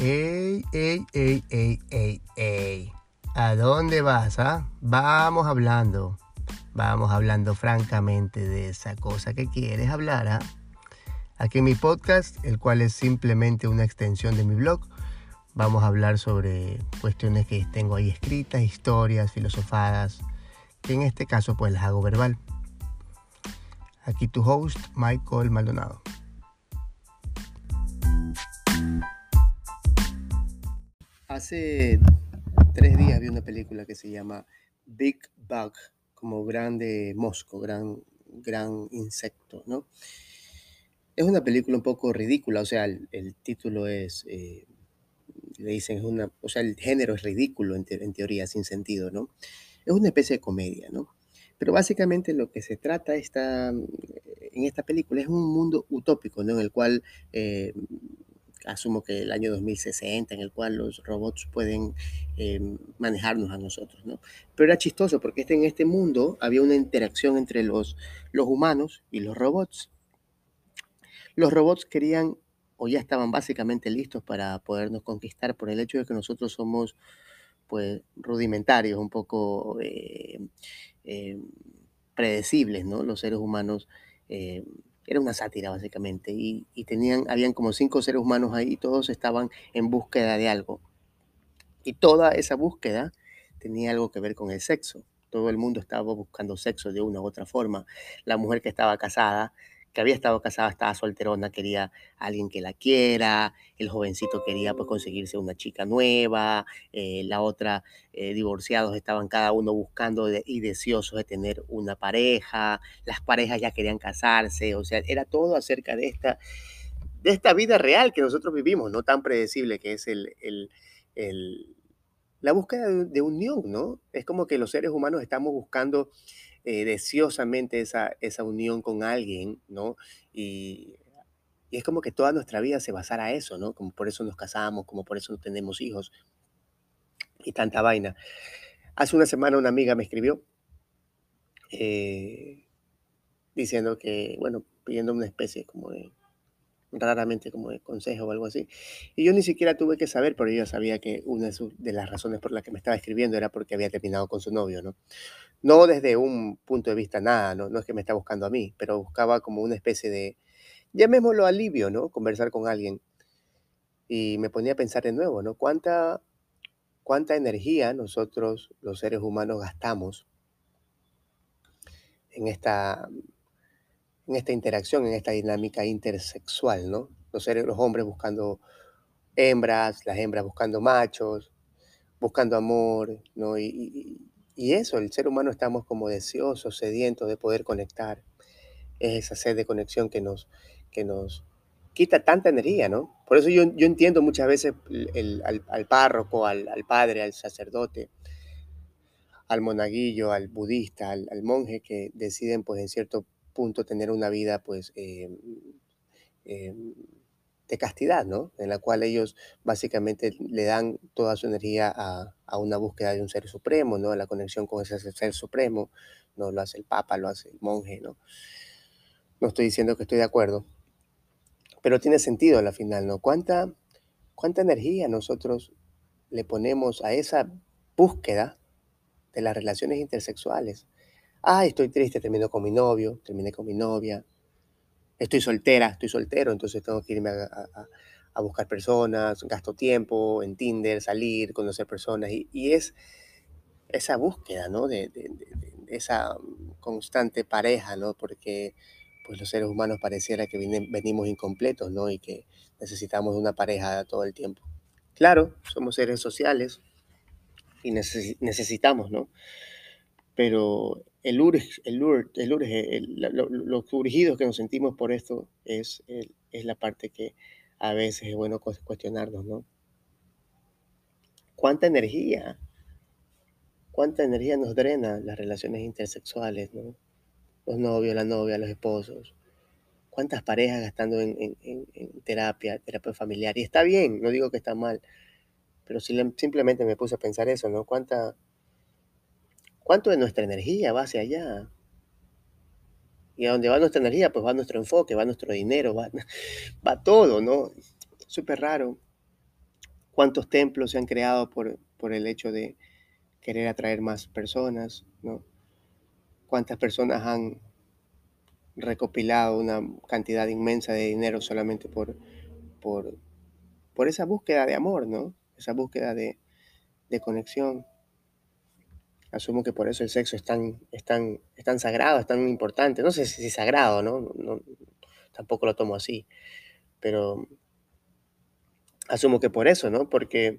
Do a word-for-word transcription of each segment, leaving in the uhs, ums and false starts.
Ey, ey, ey, ey, ey, ey. ¿A dónde vas, ah? Vamos hablando. Vamos hablando francamente de esa cosa que quieres hablar, ¿ah? Aquí en mi podcast, el cual es simplemente una extensión de mi blog, vamos a hablar sobre cuestiones que tengo ahí escritas, historias, filosofadas, que en este caso pues las hago verbal. Aquí tu host, Michael Maldonado. Hace tres días vi una película que se llama Big Bug, como grande mosco, gran, gran insecto, ¿no? Es una película un poco ridícula, o sea, el, el título es, eh, le dicen, es una, o sea, el género es ridículo en, te- en teoría, sin sentido, ¿no? Es una especie de comedia, ¿no? Pero básicamente lo que se trata esta, en esta película es un mundo utópico, ¿no? En el cual eh, asumo que el año dos mil sesenta, en el cual los robots pueden eh, manejarnos a nosotros, ¿no? Pero era chistoso porque este, en este mundo había una interacción entre los, los humanos y los robots. Los robots querían o ya estaban básicamente listos para podernos conquistar por el hecho de que nosotros somos pues rudimentarios, un poco eh, eh, predecibles, ¿no? Los seres humanos, eh, era una sátira básicamente, y, y tenían, habían como cinco seres humanos ahí y todos estaban en búsqueda de algo. Y toda esa búsqueda tenía algo que ver con el sexo. Todo el mundo estaba buscando sexo de una u otra forma. La mujer que estaba casada, que había estado casada, estaba solterona, quería a alguien que la quiera. El jovencito quería pues conseguirse una chica nueva. Eh, la otra, eh, divorciados, estaban cada uno buscando de- y deseosos de tener una pareja. Las parejas ya querían casarse. O sea, era todo acerca de esta, de esta vida real que nosotros vivimos, no tan predecible que es el, el, el- la búsqueda de, de unión, ¿no? Es como que los seres humanos estamos buscando eh, deseosamente esa, esa unión con alguien, ¿no? Y, y es como que toda nuestra vida se basara a eso, ¿no? Como por eso nos casamos, como por eso no tenemos hijos y tanta vaina. Hace una semana una amiga me escribió eh, diciendo que, bueno, pidiendo una especie como de raramente como de consejo o algo así. Y yo ni siquiera tuve que saber, pero yo sabía que una de, sus- de las razones por las que me estaba escribiendo era porque había terminado con su novio, ¿no? No desde un punto de vista nada, ¿no? No es que me está buscando a mí, pero buscaba como una especie de, llamémoslo alivio, ¿no? Conversar con alguien. Y me ponía a pensar de nuevo, ¿no? ¿Cuánta, cuánta energía nosotros, los seres humanos, gastamos en esta, en esta interacción, en esta dinámica intersexual, ¿no? Los seres, los hombres buscando hembras, las hembras buscando machos, buscando amor, ¿no? Y, y- y eso, el ser humano estamos como deseosos, sedientos de poder conectar. Es esa sed de conexión que nos, que nos quita tanta energía, ¿no? Por eso yo, yo entiendo muchas veces el- el- al, al párroco, al, al padre, al sacerdote, al monaguillo, al budista, al, al monje que deciden, pues, en cierto punto tener una vida, pues, eh, eh, de castidad, ¿no? En la cual ellos básicamente le dan toda su energía a, a una búsqueda de un ser supremo, ¿no? A la conexión con ese ser supremo, ¿no? Lo hace el papa, lo hace el monje, ¿no? No estoy diciendo que estoy de acuerdo, pero tiene sentido a la final, ¿no? ¿Cuánta, cuánta energía nosotros le ponemos a esa búsqueda de las relaciones intersexuales? Ay, estoy triste, termino con mi novio, terminé con mi novia, estoy soltera, estoy soltero, entonces tengo que irme a, a- a buscar personas, gasto tiempo en Tinder, salir, conocer personas, y, y es esa búsqueda, ¿no? De, de- de- de esa mm, constante pareja, ¿no? Porque pues los seres humanos pareciera que vine- venimos incompletos, ¿no? Y que necesitamos de una pareja todo el tiempo. Claro, somos seres sociales y necesi- necesitamos, ¿no? Pero el urge, el ur- el urge, el- lo- lo- los urgidos que nos sentimos por esto es, el- es la parte que a veces es bueno cues- cuestionarnos, ¿no? ¿Cuánta energía, cuánta energía nos drena las relaciones intersexuales, ¿no? Los novios, la novia, los esposos. ¿Cuántas parejas gastando en, en- en- en terapia, terapia familiar? Y está bien, no digo que está mal, pero si le- simplemente me puse a pensar eso, ¿no? ¿Cuánta, cuánto de nuestra energía va hacia allá? Y a donde va nuestra energía, pues va nuestro enfoque, va nuestro dinero, va, va todo, ¿no? Súper raro. cuántos templos se han creado por, por el hecho de querer atraer más personas, ¿no? Cuántas personas han recopilado una cantidad inmensa de dinero solamente por, por, por esa búsqueda de amor, ¿no? Esa búsqueda de, de conexión. Asumo que por eso el sexo es tan, es tan, es tan sagrado, es tan importante. No sé si es sagrado, ¿no? No, no, tampoco lo tomo así, pero asumo que por eso, ¿no? Porque,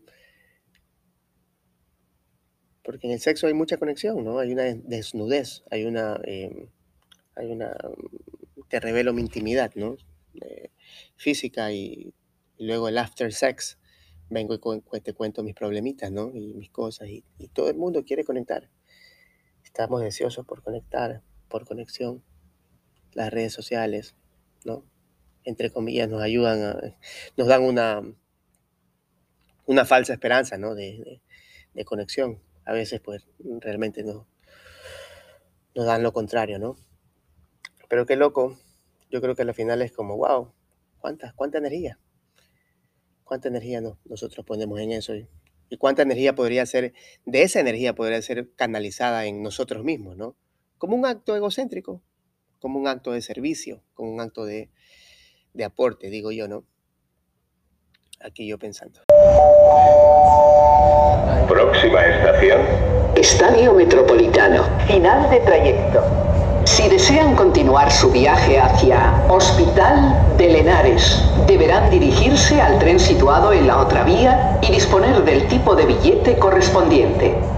porque en el sexo hay mucha conexión, ¿no? Hay una desnudez, hay una, eh, hay una, te revelo mi intimidad, ¿no? Eh, física y, y luego el after sex, vengo y cu te cuento mis problemitas, ¿no? Y mis cosas, y, y todo el mundo quiere conectar. Estamos deseosos por conectar, por conexión. Las redes sociales, ¿no? Entre comillas, nos ayudan a, nos dan una, una falsa esperanza, ¿no? De, de, de conexión. A veces, pues, realmente no, nos dan lo contrario, ¿no? Pero qué loco. Yo creo que al final es como, wow, ¿cuánta, cuánta energía? ¿Cuánta energía no, nosotros ponemos en eso? Y, y cuánta energía podría ser, de esa energía podría ser canalizada en nosotros mismos, ¿no? Como un acto egocéntrico, como un acto de servicio, como un acto de, de aporte, digo yo, ¿no? Aquí yo pensando. Próxima estación. Estadio Metropolitano. Final de trayecto. Si desean continuar su viaje hacia Hospital de Lenares, deberán dirigirse al tren situado en la otra vía y disponer del tipo de billete correspondiente.